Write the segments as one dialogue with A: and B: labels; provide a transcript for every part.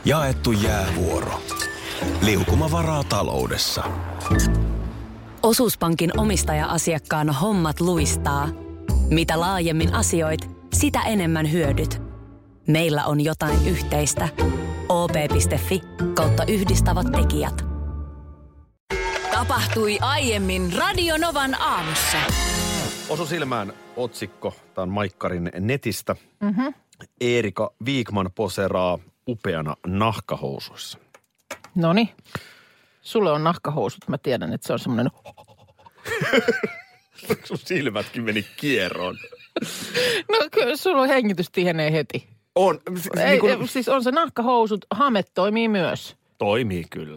A: Jaettu jäävuoro. Liukumavaraa taloudessa.
B: Osuuspankin omistaja-asiakkaan hommat luistaa. Mitä laajemmin asioit, sitä enemmän hyödyt. Meillä on jotain yhteistä. op.fi/yhdistävät tekijät.
C: Tapahtui aiemmin Radio Novan aamussa.
D: Osu silmään otsikko, tämä on Maikkarin netistä. Eerika Wikman poseraa upeana nahkahousuissa.
E: Noniin. Sulle on nahkahousut. Mä tiedän, että se on semmoinen...
D: Sun silmätkin meni kierroon.
E: No kyllä, sulla hengitys tihenee heti.
D: On.
E: Siis on se nahkahousut. Hame toimii myös.
D: Toimii kyllä.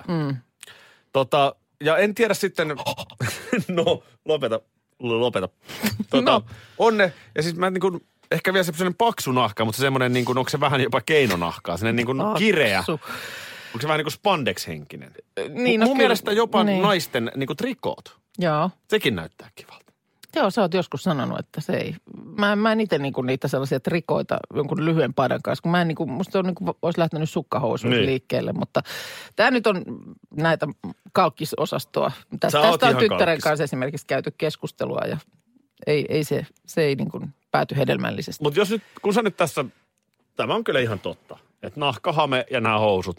D: Ja en tiedä sitten... No, lopeta.
E: No.
D: On ne. Ja siis mä niin ehkä vielä semmoinen paksu nahka, mutta semmoinen niin kuin, onko se vähän jopa keinonahkaa? Semmoinen niin kuin kireä. Onko se vähän niin kuin spandex-henkinen?
E: Niin,
D: mun mielestä jopa naisten niin kuin trikoot.
E: Joo.
D: Sekin näyttää kivalta.
E: Joo, sä oot joskus sanonut, että se ei. Mä en itse niinku niitä sellaisia trikoita jonkun lyhyen paidan kanssa, kun mä en niinku, musta on niinku, olisi lähtenyt sukkahousuilla liikkeelle, mutta tää nyt on näitä kalkkisosastoa. Tästä on tyttären kanssa esimerkiksi käyty keskustelua ja se ei niinku pääty hedelmällisesti.
D: Mutta jos nyt, kun sä nyt tässä, tämä on kyllä ihan totta, että nahkahame ja nämä housut,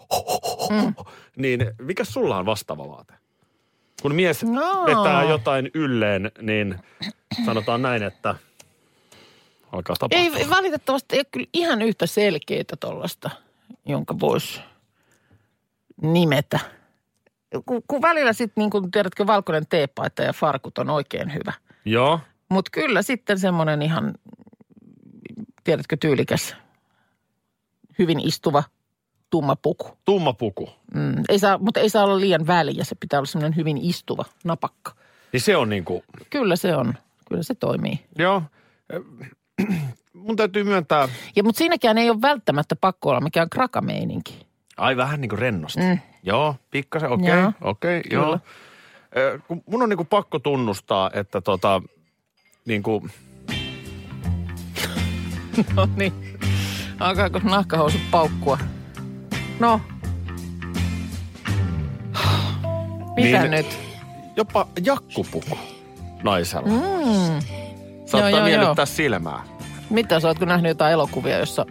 D: niin mikä sulla on vastaava vaate? Kun mies vetää jotain ylleen, niin sanotaan näin, että alkaa tapahtua.
E: Ei valitettavasti ei kyllä ihan yhtä selkeää tollasta, jonka voisi nimetä. Kun välillä sitten, niin kuin tiedätkö, valkoinen teepaita ja farkut on oikein hyvä.
D: Joo.
E: Mutta kyllä sitten semmoinen ihan, tiedätkö, tyylikäs, hyvin istuva tumma puku.
D: Tumma puku.
E: Mutta ei saa olla liian väliä. Se pitää olla semmoinen hyvin istuva napakka.
D: Niin se on niin kuin...
E: Kyllä se on. Kyllä se toimii.
D: Joo. Mun täytyy myöntää...
E: Mutta siinäkään ei ole välttämättä pakko olla mikään krakameininki.
D: Ai vähän niin kuin rennosti. Joo, pikkasen. Okei. Joo. Mun on niin kuin pakko tunnustaa, että niin kuin...
E: No niin. Alkaako nahkahousut paukkua? No. Mitä
D: niin,
E: nyt?
D: Jopa jakkupuku naisella. Saattaa miellyttää silmää.
E: Mitä, sä ootko nähnyt jotain elokuvia, jossa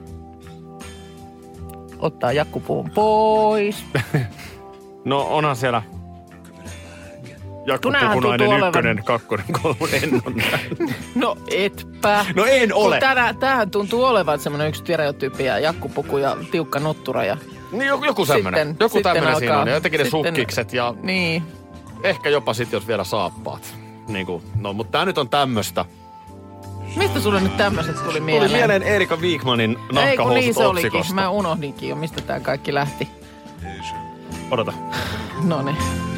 E: ottaa jakkupuvun pois?
D: No onhan siellä jakkupukunainen 1, 2, 3, en ole nähnyt.
E: No etpä.
D: No en ole.
E: Tämähän tuntuu olevan semmoinen yksi stereotyyppi ja jakkupuku ja tiukka nuttura ja...
D: Niin joku semmoinen. Joku tämmöinen siinä on. Ja jotenkin ne sukkikset ja...
E: Niin.
D: Ehkä jopa sitten, jos vielä saappaat. Niin kuin, no, mutta tää nyt on tämmöstä.
E: Mistä sulle nyt tämmöiset tuli mieleen?
D: Tuli mieleen Eerika Wikmanin nahkahousut
E: niin se
D: otsikosta.
E: olikin. Mä unohdinkin jo, mistä tää kaikki lähti.
D: Odota.
E: Noniin.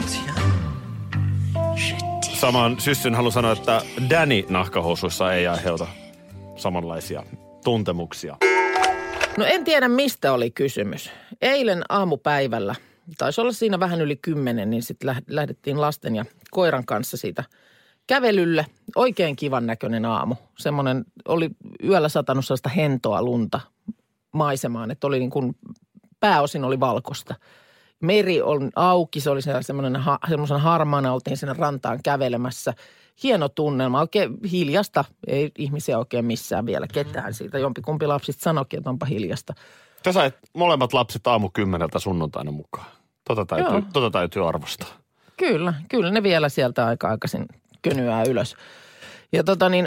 D: Samaan syssyn haluan sanoa, että Danny nahkahousuissa ei aiheuta samanlaisia tuntemuksia.
E: No en tiedä, mistä oli kysymys. Eilen aamupäivällä, taisi olla siinä vähän yli 10, niin sitten lähdettiin lasten ja koiran kanssa siitä kävelylle. Oikein kivan näköinen aamu. Semmoinen, oli yöllä satanut sellaista hentoa lunta maisemaan, että oli niin kuin, pääosin oli valkoista. Meri on auki, se oli semmoisen harmaana, oltiin sinne rantaan kävelemässä. Hieno tunnelma, oikein hiljasta, ei ihmisiä oikein missään vielä ketään siitä. Jompikumpi lapsista sanoikin, että onpa hiljasta.
D: Sä sait molemmat lapset aamu 10 sunnuntaina mukaan. Tota täytyy arvostaa.
E: Kyllä ne vielä sieltä aikaisin könyää ylös. Ja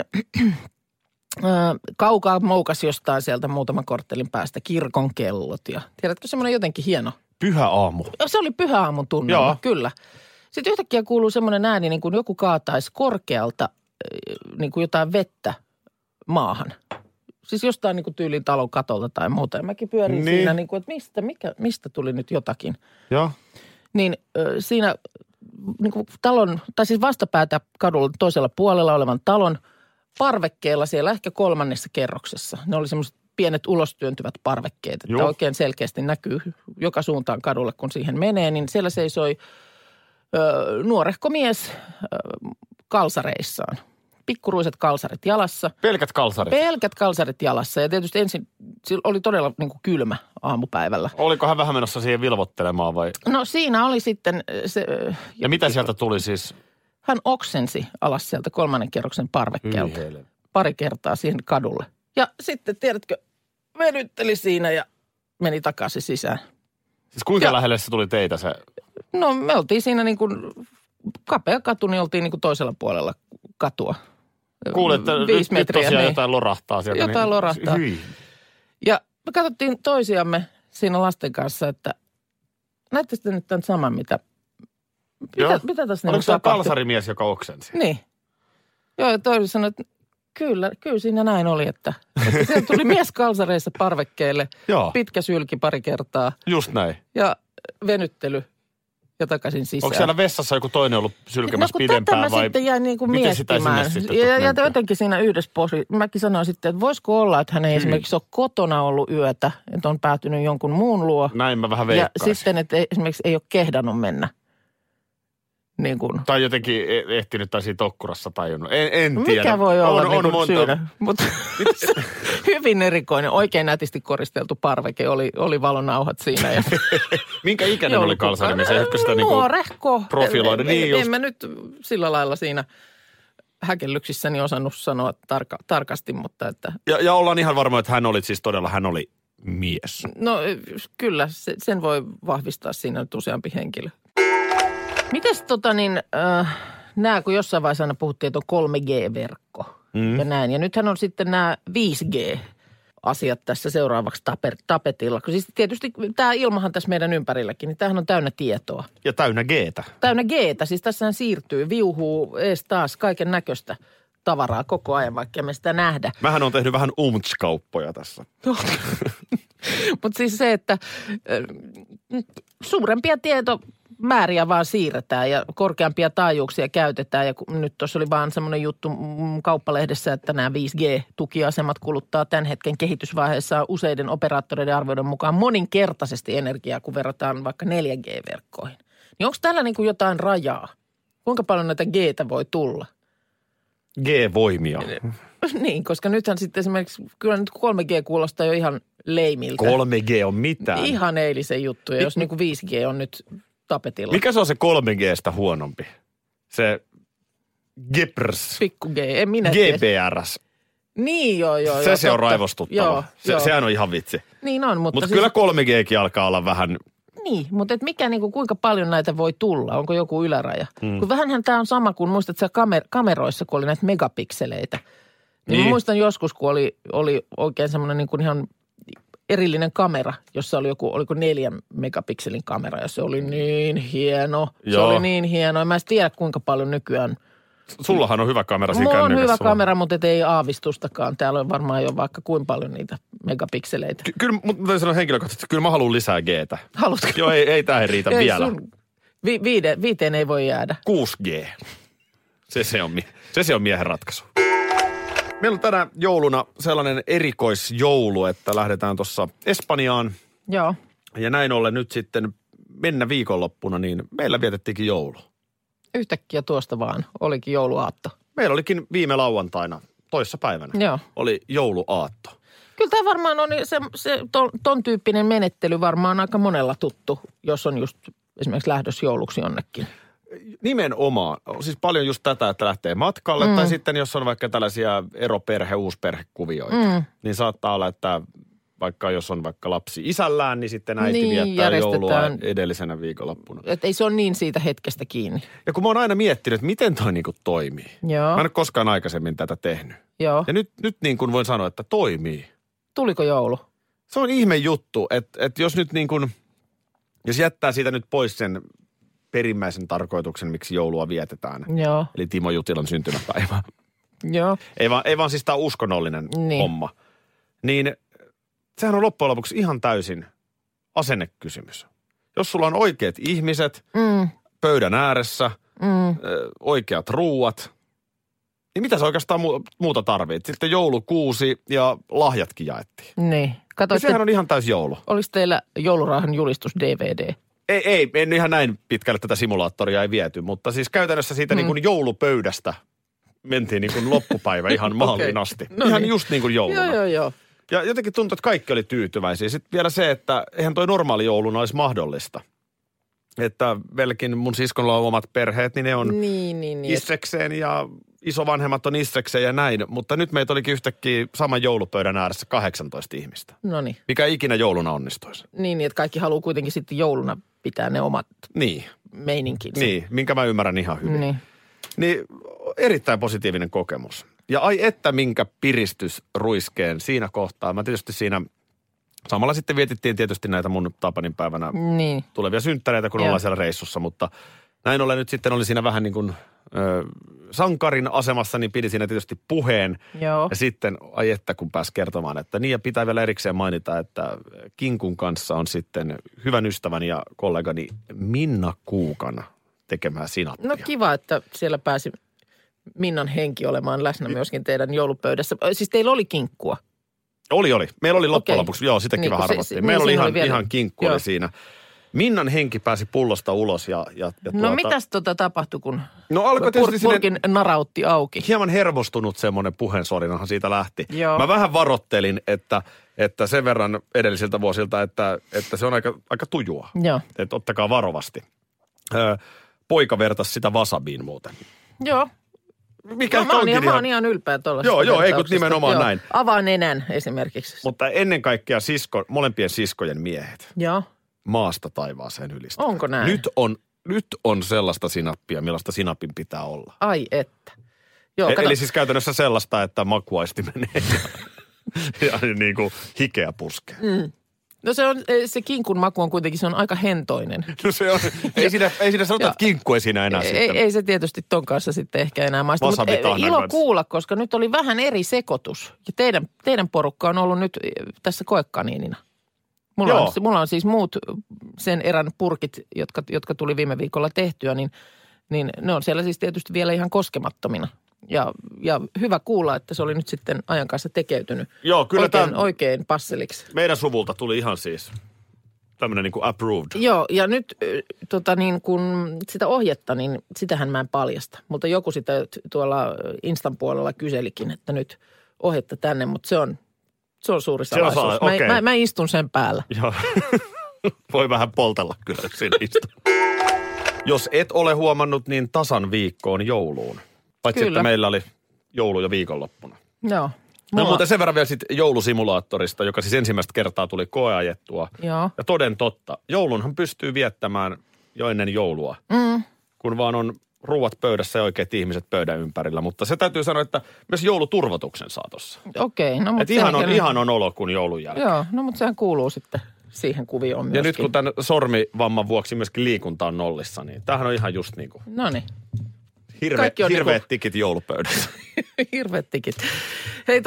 E: kaukaa moukas jostain sieltä muutaman korttelin päästä kirkon kellot ja tiedätkö semmoinen jotenkin hieno.
D: Pyhä aamu.
E: Se oli pyhä aamun tunnelma, kyllä. Sitten yhtäkkiä kuuluu semmoinen ääni, niin kuin joku kaataisi korkealta niin kuin jotain vettä maahan. Siis jostain niin kuin tyyliin talon katolta tai muuta. Ja mäkin pyörin siinä, niin kuin, että mistä tuli nyt jotakin.
D: Joo.
E: Niin siinä niin kuin talon, tai siis vastapäätä kadulla toisella puolella olevan talon parvekkeella siellä ehkä 3. kerroksessa. Ne oli semmoiset pienet ulostyöntyvät parvekkeet, että oikein selkeästi näkyy joka suuntaan kadulle, kun siihen menee. Niin siellä seisoi nuorehko mies kalsareissaan. pikkuruiset kalsarit jalassa.
D: Pelkät kalsarit?
E: Pelkät kalsarit jalassa ja tietysti ensin oli todella niin kuin kylmä aamupäivällä.
D: Oliko hän vähän menossa siihen vilvottelemaan vai?
E: No siinä oli sitten se...
D: Ja mitä sieltä tuli siis?
E: Hän oksensi alas sieltä 3. kerroksen parvekkeelta pari kertaa siihen kadulle. Ja sitten tiedätkö, venytteli siinä ja meni takaisin sisään.
D: Siis kuinka lähelle se tuli teitä se?
E: No me oltiin siinä niin kuin kapea katu, niin oltiin niin kuin toisella puolella katua.
D: Kuulet, että
E: 5
D: nyt tosiaan
E: niin.
D: Jotain lorahtaa sieltä.
E: Jotain lorahtaa.
D: Hyi.
E: Ja me katsottiin toisiamme siinä lasten kanssa, että näyttäisi te nyt tämän saman, mitä tässä niin
D: oliko se
E: tapahtui?
D: kalsarimies, joka oksensi?
E: Niin. Joo, ja toinen sanoi, että kyllä siinä näin oli, että sieltä tuli mies kalsareissa parvekkeelle, pitkä sylki pari kertaa.
D: Just näin.
E: Ja venyttely ja takaisin sisään.
D: Onko siellä vessassa joku toinen ollut sylkemässä pidempään vai?
E: Tätä mä sitten jäin niin kuin miettimään. Ja jotenkin siinä yhdessä mäkin sanoin sitten, että voisiko olla, että hän ei esimerkiksi ole kotona ollut yötä, että on päätynyt jonkun muun luo.
D: Näin mä vähän veikkaisin.
E: Ja sitten, että esimerkiksi ei ole kehdannut mennä. Niin kuin.
D: Tai jotenkin ehtinyt tai siitä okkurassa tajunnut. En tiedä.
E: Mikä voi olla
D: on monta
E: syynä? Mutta hyvin erikoinen, oikein nätisti koristeltu parveke, oli valonauhat siinä. Ja
D: minkä ikäinen oli kalsarimies? Eikö sitä
E: nuorehko.
D: Profiloida?
E: En mä nyt sillä lailla siinä häkellyksissäni osannut sanoa tarkasti, mutta että.
D: Ja ollaan ihan varma, että hän oli mies.
E: No kyllä, sen voi vahvistaa siinä nyt useampi henkilö. Mites nämä, kun jossain vaiheessa aina puhuttiin, että on 3G-verkko ja näin. Ja nythän on sitten nämä 5G-asiat tässä seuraavaksi tapetilla. Siis tietysti tämä ilmahan tässä meidän ympärilläkin, niin tämähän on täynnä tietoa.
D: Ja täynnä G:tä.
E: Täynnä G:tä, siis tässähän siirtyy, viuhuu ees taas kaiken näköistä tavaraa koko ajan, vaikka me sitä nähdä.
D: Mähän on tehnyt vähän kauppoja tässä.
E: Mutta siis se, että suurempia määriä vaan siirretään ja korkeampia taajuuksia käytetään. Ja nyt tuossa oli vaan semmoinen juttu kauppalehdessä, että nämä 5G-tukiasemat kuluttaa tämän hetken kehitysvaiheessa useiden operaattoreiden arvioiden mukaan moninkertaisesti energiaa, kun verrataan vaikka 4G-verkkoihin. Niin onko tällä niin kuin jotain rajaa? Kuinka paljon näitä G:tä voi tulla?
D: G-voimia.
E: Niin, koska nythän sitten esimerkiksi, kyllä nyt 3G kuulostaa jo ihan leimiltä.
D: 3G on mitään.
E: Ihan eilisen juttu, ja jos niin kuin 5G on nyt tapetilla.
D: Mikä se on se 3G:stä huonompi? Se GPRS.
E: Pikku G, en minä tiedä.
D: GPRS.
E: Niin, joo.
D: Se on raivostuttava. Sehän on ihan vitsi.
E: Niin on, mutta
D: siis kyllä 3G:kin alkaa olla vähän.
E: Niin, mutta et mikä niin kuin, kuinka paljon näitä voi tulla? Onko joku yläraja? Kun vähänhän tämä on sama kuin muistat sä kameroissa, kun oli näitä megapikseleitä. Niin. Mä muistan joskus, kun oli oikein semmoinen niin kuin ihan erillinen kamera, jossa oli oliko 4 megapikselin kamera ja se oli niin hieno. Joo. Se oli niin hieno. Mä en tiedä kuinka paljon nykyään.
D: Sullahan on hyvä kamera siinä
E: kännykässä. Mulla on hyvä kamera, mutta ei aavistustakaan. Täällä on varmaan jo vaikka kuinka paljon niitä megapikseleitä.
D: Kyllä, mutta täytyy sanoa henkilökohtaisesti, kyllä mä haluan lisää G:tä.
E: Haluatko?
D: Joo, ei tähän riitä vielä.
E: 5 ei voi jäädä.
D: 6G. Se on miehen ratkaisu. Meillä on tänä jouluna sellainen erikoisjoulu, että lähdetään tuossa Espanjaan.
E: Joo.
D: Ja näin ollen nyt sitten mennä viikonloppuna, niin meillä vietettiinkin joulu.
E: Yhtäkkiä tuosta vaan olikin jouluaatto.
D: Meillä olikin viime lauantaina, toissapäivänä,
E: Joo.
D: oli jouluaatto.
E: Kyllä tämä varmaan on ton tyyppinen menettely varmaan aika monella tuttu, jos on just esimerkiksi lähdössä jouluksi jonnekin.
D: Nimenomaan. Siis paljon just tätä, että lähtee matkalle tai sitten jos on vaikka tällaisia uusperhekuvioita, niin saattaa olla, että vaikka jos on vaikka lapsi isällään, niin sitten äiti viettää joulua edellisenä viikonloppuna.
E: Että ei se ole niin siitä hetkestä kiinni.
D: Ja kun mä oon aina miettinyt, että miten toi niinku toimii.
E: Joo.
D: Mä en ole koskaan aikaisemmin tätä tehnyt.
E: Joo.
D: Ja nyt niin kuin voin sanoa, että toimii.
E: Tuliko joulu?
D: Se on ihme juttu, että jos nyt niin kuin, jos jättää siitä nyt pois sen perimmäisen tarkoituksen, miksi joulua vietetään.
E: Joo.
D: Eli Timo Jutilan syntymäpäivä.
E: Joo.
D: Ei vaan siis tämä uskonnollinen homma. Niin sehän on loppujen lopuksi ihan täysin asennekysymys. Jos sulla on oikeat ihmiset pöydän ääressä, oikeat ruuat, niin mitä sä oikeastaan muuta tarvitset? Sitten joulukuusi ja lahjatkin jaettiin.
E: Niin.
D: Sehän on ihan täys joulu.
E: Olis teillä joulurauhan julistus DVD?
D: Ei, en ihan näin pitkälle tätä simulaattoria ei viety, mutta siis käytännössä siitä niin kuin joulupöydästä mentiin niin kuin loppupäivä ihan maaliin asti. No ihan niin. Just niin kuin jouluna.
E: Joo.
D: Ja jotenkin tuntui, että kaikki oli tyytyväisiä. Sitten vielä se, että eihän toi normaali jouluna olisi mahdollista. Että velkin mun siskolla on omat perheet, niin ne on issekseen ja isovanhemmat on issekseen ja näin. Mutta nyt meitä olikin yhtäkkiä saman joulupöydän ääressä 18 ihmistä.
E: Noniin.
D: Mikä ikinä jouluna onnistuisi.
E: Niin, että kaikki haluaa kuitenkin sitten jouluna pitää ne omat meininkinsä.
D: Niin, minkä mä ymmärrän ihan hyvin. Niin erittäin positiivinen kokemus. Ja ai että minkä piristysruiskeen siinä kohtaa. Mä tietysti siinä samalla sitten vietittiin tietysti näitä mun tapaninpäivänä tulevia synttäreitä, kun ollaan siellä reissussa. Mutta näin ollen nyt sitten oli siinä vähän niin kuin sankarin asemassa, niin pidi siinä tietysti puheen.
E: Joo.
D: Ja sitten ai että kun pääsi kertomaan, että niin ja pitää vielä erikseen mainita, että Kinkun kanssa on sitten hyvän ystävän ja kollegani Minna Kuukan tekemään sinappia.
E: No kiva, että siellä pääsi Minnan henki olemaan läsnä myöskin teidän joulupöydässä. Siis teillä oli kinkkua?
D: Oli. Meillä oli loppujen lopuksi, sitten vähän arvottiin. Meillä oli ihan kinkku oli siinä. Minnan henki pääsi pullosta ulos ja
E: No mitäs tapahtui, kun
D: alkoi
E: purkin narautti auki?
D: Hieman hermostunut semmoinen puheensorinahan siitä lähti.
E: Joo.
D: Mä vähän varoittelin, että sen verran edellisiltä vuosilta, että se on aika tujua.
E: Joo.
D: Että ottakaa varovasti. Poika vertasi sitä wasabiin muuten.
E: Joo. Mä oon ihan ylpeä tuollaisesta.
D: Joo, ei kun nimenomaan näin.
E: Avaa nenän esimerkiksi.
D: Mutta ennen kaikkea molempien siskojen miehet.
E: Joo.
D: Maasta taivaaseen ylistä.
E: Onko näin?
D: Nyt on sellaista sinappia, millaista sinapin pitää olla.
E: Ai että. Joo,
D: eli siis käytännössä sellaista, että makuaisti menee ja niin kuin hikeä puskee.
E: Mm. No se kinkun maku on kuitenkin, se on aika hentoinen.
D: No se on, ei siinä sanota, että kinkku ei siinä enää sitten.
E: Ei se tietysti ton kanssa sitten ehkä enää maistu. Mutta ilo kuulla, koska nyt oli vähän eri sekoitus. Ja teidän porukka on ollut nyt tässä koekaniinina. Mulla on siis muut sen erän purkit, jotka tuli viime viikolla tehtyä, niin ne on siellä siis tietysti vielä ihan koskemattomina. Ja hyvä kuulla, että se oli nyt sitten ajan kanssa tekeytynyt.
D: Joo, kyllä
E: oikein passeliksi.
D: Meidän suvulta tuli ihan siis tämmöinen niin kuin approved.
E: Joo, ja nyt kun sitä ohjetta, niin sitähän mä en paljasta. Mutta joku sitä tuolla Instan puolella kyselikin, että nyt ohjetta tänne, mutta se on suuri salaisuus.
D: Okay.
E: Mä istun sen päällä.
D: Joo, voi vähän poltella kyllä siinä istun. Jos et ole huomannut, niin tasan viikkoon jouluun. Paitsi, että meillä oli joulu jo viikonloppuna.
E: Joo.
D: No muuten sen verran vielä sitten joulusimulaattorista, joka siis ensimmäistä kertaa tuli koeajettua.
E: Joo.
D: Ja toden totta, joulunhan pystyy viettämään jo ennen joulua, kun vaan on ruuat pöydässä ja oikeat ihmiset pöydän ympärillä. Mutta se täytyy sanoa, että myös jouluturvotuksen saa tossa.
E: Okei. No, mutta
D: ihan on olo kuin joulun jälkeen.
E: Joo, no mutta sehän kuuluu sitten siihen kuvioon myöskin.
D: Ja nyt kun tämän sormivamman vuoksi myöskin liikunta on nollissa, niin tämähän on ihan just niin kuin.
E: Noniin.
D: Hirveät tikit joulupöydässä.
E: Hirveät tikit. Hei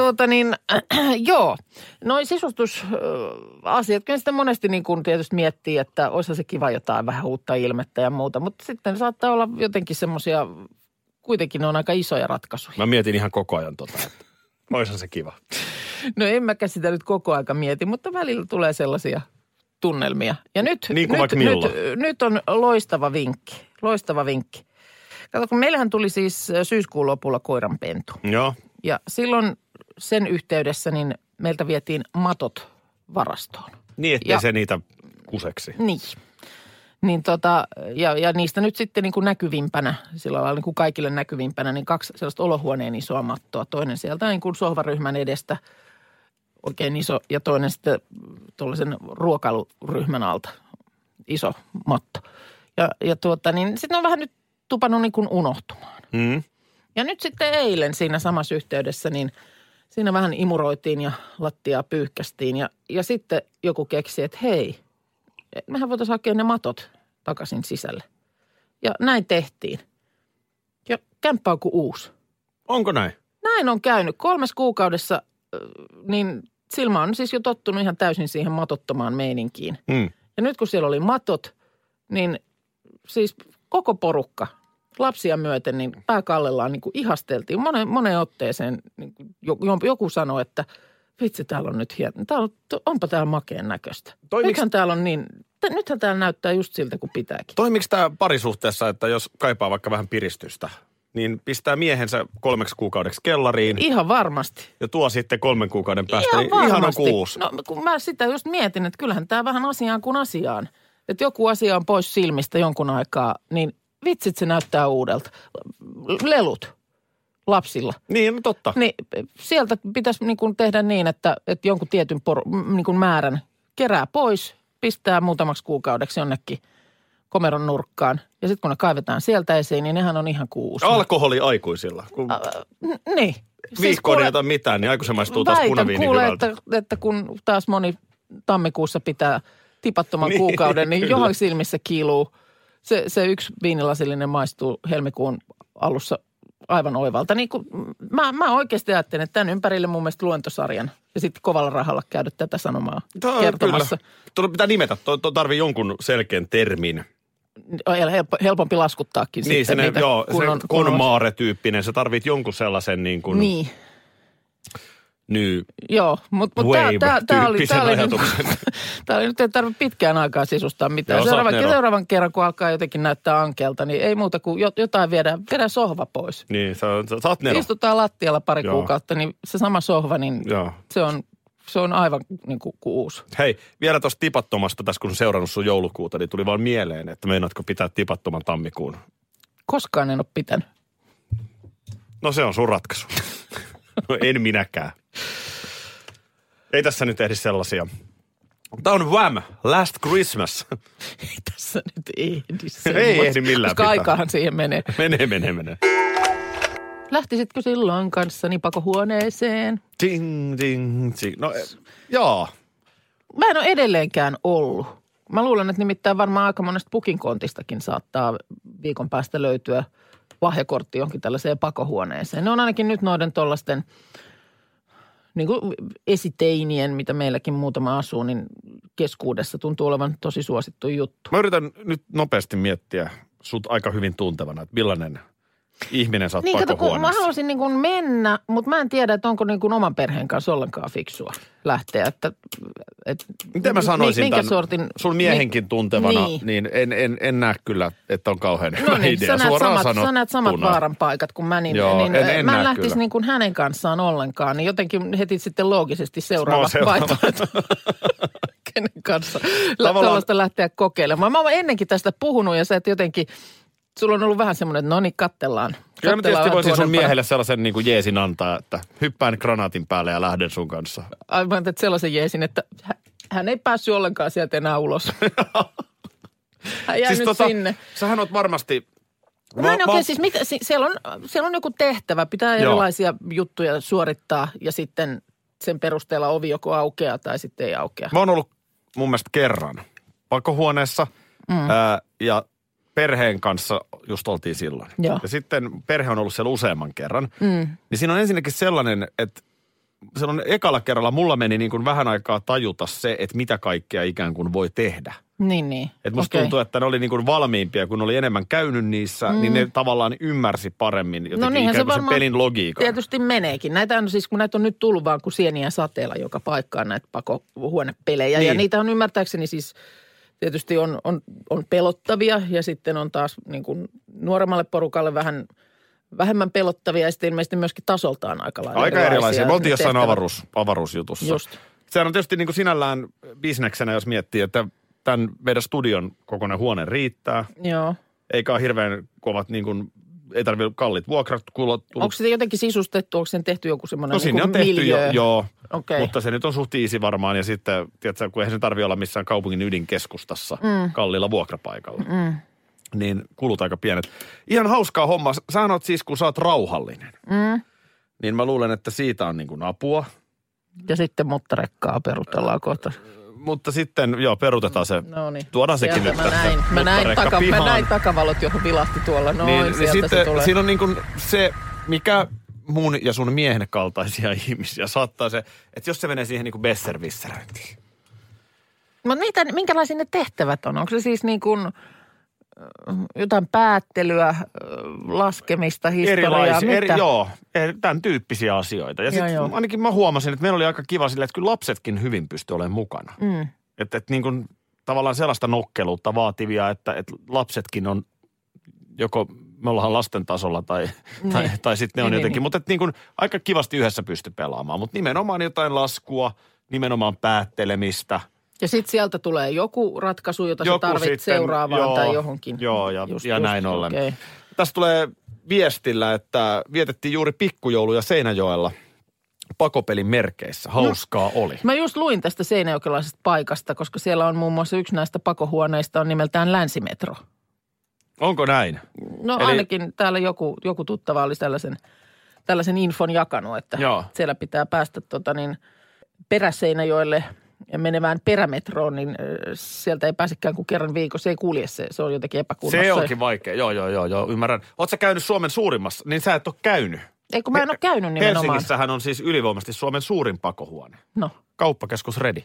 E: joo. Noi sisustusasiat, kyllä sitä monesti niin kuin tietysti miettii, että olisi se kiva jotain vähän uutta ilmettä ja muuta. Mutta sitten saattaa olla jotenkin semmoisia, kuitenkin ne on aika isoja ratkaisuja.
D: Mä mietin ihan koko ajan että olisihan se kiva.
E: No en mäkään sitä nyt koko aika mieti, mutta välillä tulee sellaisia tunnelmia. Ja nyt on loistava vinkki. Kato, kun meillähän tuli siis syyskuun lopulla koiranpentu.
D: Joo. Ja
E: silloin sen yhteydessä niin meiltä vietiin matot varastoon.
D: Niin, ettei se niitä kuseksi.
E: Niin. Ja niistä nyt sitten niin kuin näkyvimpänä, sillä lailla niin kuin kaikille näkyvimpänä, niin 2 sellaista olohuoneen isoa mattoa. Toinen sieltä niin kuin sohvaryhmän edestä oikein iso ja toinen sitten tuollaisen ruokailuryhmän alta iso matto. Niin sitten on vähän nyt tupannut niin kuin unohtumaan. Ja nyt sitten eilen siinä samassa yhteydessä, niin siinä vähän imuroitiin ja lattiaa pyyhkästiin. Ja sitten joku keksi, että hei, mehän voitaisiin hakea ne matot takaisin sisälle. Ja näin tehtiin. Ja kämppä on kuin uusi.
D: Onko näin?
E: Näin on käynyt. 3 kuukaudessa, niin Silma on siis jo tottunut ihan täysin siihen matottomaan meininkiin. Ja nyt kun siellä oli matot, niin siis koko porukka, lapsia myöten, niin pääkallellaan niin kuin ihasteltiin. Moneen otteeseen niin joku sanoi, että vitsi, täällä on nyt hieno. Onpa täällä makeen näköistä. Nythän täällä näyttää just siltä, kuin pitääkin.
D: Toimiks tämä parisuhteessa, että jos kaipaa vaikka vähän piristystä niin pistää miehensä 3 kuukaudeksi kellariin.
E: Ihan varmasti.
D: Ja tuo sitten 3 kuukauden päästä.
E: Ihan
D: niin
E: varmasti.
D: Ihana kuusi.
E: No kun mä sitä just mietin, että kyllähän tämä vähän asiaan kuin asiaan. Että joku asia on pois silmistä jonkun aikaa, niin vitsit se näyttää uudelta. Lelut lapsilla.
D: Niin, no totta.
E: Niin sieltä pitäisi niin kuin tehdä niin, että jonkun tietyn niin kuin määrän kerää pois, pistää muutamaksi kuukaudeksi jonnekin komeron nurkkaan. Ja sitten kun ne kaivetaan sieltä esiin, niin nehän on ihan kuusi.
D: Alkoholi aikuisilla. Kun
E: niin.
D: viikkoon ei ota mitään, niin aikuisen maistuu taas punaviini hyvältä.
E: Että kun taas moni tammikuussa pitää tipattoman kuukauden, niin johon silmissä kiiluu. Se yksi viinilasillinen maistuu helmikuun alussa aivan oivalta. Niin kun, mä oikeasti ajattelen, että tämän ympärille mun mielestä luentosarjan ja sitten kovalla rahalla käydä tätä sanomaa kertomassa.
D: Kyllä. Tuo pitää nimetä. Tuo tarvii jonkun selkeän termin.
E: Helpompi laskuttaakin
D: niin,
E: sitten.
D: Niin, kun maare-tyyppinen. Sä tarvit jonkun sellaisen niin kuin...
E: Niin.
D: New
E: Wave-tyyppisen
D: ajatuksen.
E: Tämä nyt ei tarvitse pitkään aikaa sisustaa mitään. Seuraavan kerran, kun alkaa jotenkin näyttää ankealta, niin ei muuta kuin jotain viedään sohva pois.
D: Niin, sä oot Nero.
E: Istutaan lattialla pari kuukautta, niin se sama sohva, niin se on aivan niin kuin uusi.
D: Hei, vielä tuosta tipattomasta, tässä kun seurannut sun joulukuuta, niin tuli vaan mieleen, että meinaatko pitää tipattoman tammikuun? Koskaan
E: en ole pitänyt.
D: No se on sun ratkaisu. No en minäkään. Ei tässä nyt ehdi sellaisia. Tämä on Wham! Last Christmas.
E: Ei tässä nyt ehdi sellaisia.
D: Ei ehdi millään
E: koska aikaahan siihen menee.
D: Menee.
E: Lähtisitkö silloin kanssani pakohuoneeseen?
D: Ding, ding, ding. No, joo.
E: Mä en ole edelleenkään ollut. Mä luulen, että nimittäin varmaan aika monesta pukinkontistakin saattaa viikon päästä löytyä lahjakortti johonkin tällaiseen pakohuoneeseen. Ne on ainakin nyt noiden tollaisten niin kuin esiteinien, mitä meilläkin muutama asuu, niin keskuudessa tuntuu olevan tosi suosittu juttu.
D: Mä yritän nyt nopeasti miettiä sut aika hyvin tuntevana, että millainen ihminen sä oot pakohuoneessa.
E: Mä haluaisin niin kuin mennä, mutta mä en tiedä, että onko niin kuin oman perheen kanssa ollenkaan fiksua lähteä.
D: Miten mä sanoisin
E: minkä
D: tämän
E: sortin,
D: sun miehenkin tuntevana, niin en näe kyllä, että on kauhean hyvä idea.
E: Sä näet samat vaaran paikat kuin mä, niin mä en lähtisi niin kuin hänen kanssaan ollenkaan. Niin jotenkin heti sitten loogisesti seuraava vaihtoehto. Kenen kanssa tällaista lähteä kokeilemaan. Mä oon ennenkin tästä puhunut ja sä et jotenkin... Sulla on ollut vähän semmoinen, että no niin, katsellaan.
D: Kyllä mä tietysti voisin sun miehelle sellaisen niin kuin jeesin antaa, että hyppään granaatin päälle ja lähden sun kanssa.
E: Aivan, että sellaisen jeesin, että hän ei päässyt ollenkaan sieltä enää ulos. Hän jäi siis nyt sinne.
D: Sähän oot varmasti...
E: Mä en oikein siis, siellä on joku tehtävä, pitää erilaisia juttuja suorittaa ja sitten sen perusteella ovi joko aukeaa tai sitten ei aukea.
D: Mä oon ollut mun mielestä kerran pakohuoneessa ja... perheen kanssa just oltiin silloin.
E: Joo.
D: Ja sitten perhe on ollut siellä useamman kerran. Niin siinä on ensinnäkin sellainen, että silloin ekalla kerralla mulla meni niin kuin vähän aikaa tajuta se, että mitä kaikkea ikään kuin voi tehdä.
E: Niin.
D: Että musta tuntuu, että ne oli niin kuin valmiimpia, kun oli enemmän käynyt niissä, niin ne tavallaan ymmärsi paremmin jotenkin ikään kuin sen pelin logiikan.
E: Tietysti meneekin. Näitä on siis, kun näitä on nyt tullut vaan kuin sieniä sateella joka paikkaan näitä pakohuonepelejä. Niin. Ja niitä on ymmärtääkseni siis... Tietysti on pelottavia ja sitten on taas niin kuin nuoremmalle porukalle vähän vähemmän pelottavia ja sitten ilmeisesti myöskin tasoltaan aika lailla
D: aika erilaisia. Me oltiin jossain avaruusjutussa. Just. Sehän on tietysti niin kuin sinällään bisneksenä, jos miettii, että tämän meidän studion kokoinen huone riittää.
E: Joo.
D: Eikä ole hirveän kovat niin kuin, ei tarvitse kalliit vuokrat.
E: Onko se jotenkin sisustettu, onko sen tehty joku semmoinen
D: no, sinne on tehty joo.
E: Okay.
D: Mutta se nyt on suht easy varmaan ja sitten, tiedätkö, kun eihän se tarvitse olla missään kaupungin ydinkeskustassa kalliilla vuokrapaikalla. Niin kulut aika pienet. Ihan hauskaa hommaa. Sähän oot siis, kun sä oot rauhallinen, niin mä luulen, että siitä on niin kuin apua.
E: Ja sitten muttarekkaa perutellaan kohta.
D: Mutta sitten, perutetaan se.
E: No niin.
D: Tuodaan sekin nyt tässä.
E: Mä näin takavalot, johon vilahti tuolla.
D: Niin sitten se tulee. Siinä on niin kuin se, mikä mun ja sun miehen kaltaisia ihmisiä saattaa se, että jos se menee siihen niin kuin besservisseröintiin.
E: Mutta minkälaisia ne tehtävät on? Onko se siis niin kuin jotain päättelyä, laskemista, historiaa,
D: tämän tyyppisiä asioita. Ja sitten ainakin mä huomasin, että meillä oli aika kiva silleen, että kyllä lapsetkin hyvin pystyi olemaan mukana. Että niin kuin tavallaan sellaista nokkeluutta vaativia, että lapsetkin on joko me ollaan lasten tasolla tai sitten ne on jotenkin. Mutta niin kuin aika kivasti yhdessä pysty pelaamaan. Mutta nimenomaan jotain laskua, nimenomaan päättelemistä. Ja
E: sitten sieltä tulee joku ratkaisu, jota sä tarvitset seuraavaan tai johonkin.
D: Joo, ja näin ollen. Okay. Tässä tulee viestillä, että vietettiin juuri pikkujouluja Seinäjoella pakopelin merkeissä. Hauskaa oli. Mä
E: just luin tästä seinäjokelaisesta paikasta, koska siellä on muun muassa yksi näistä pakohuoneista on nimeltään Länsimetro.
D: Onko näin?
E: No eli ainakin täällä joku tuttava oli tällaisen infon jakanut, että siellä pitää päästä Peräseinäjoelle menevään perämetroon, niin sieltä ei pääsekään kuin kerran viikossa. Se ei kulje, se on jotenkin epäkunnossa.
D: Se onkin vaikea, joo, ymmärrän. Ootko sä käynyt Suomen suurimmassa? Niin sä et ole käynyt.
E: Ei kun mä en ole käynyt nimenomaan.
D: Helsingissähän on siis ylivoimaisesti Suomen suurin pakohuone.
E: No.
D: Kauppakeskus Redi.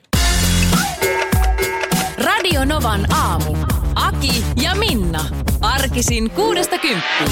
C: Radio Novan aamu. Aki ja Minna. Arkisin 6–10.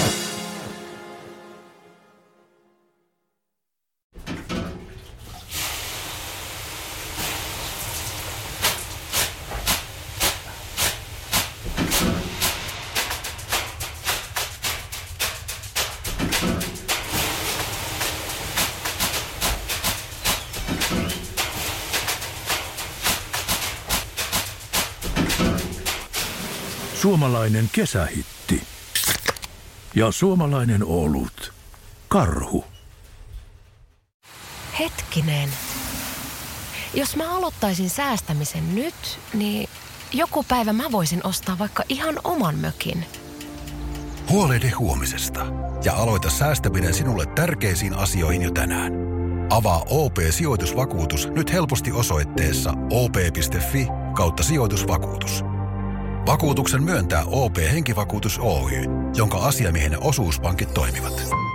F: Suomalainen kesähitti. Ja suomalainen olut. Karhu.
G: Hetkinen. Jos mä aloittaisin säästämisen nyt, niin joku päivä mä voisin ostaa vaikka ihan oman mökin.
H: Huolehdi huomisesta ja aloita säästäminen sinulle tärkeisiin asioihin jo tänään. Avaa OP-sijoitusvakuutus nyt helposti osoitteessa op.fi/sijoitusvakuutus. Vakuutuksen myöntää OP-henkivakuutus Oy, jonka asiamiehen osuuspankit toimivat.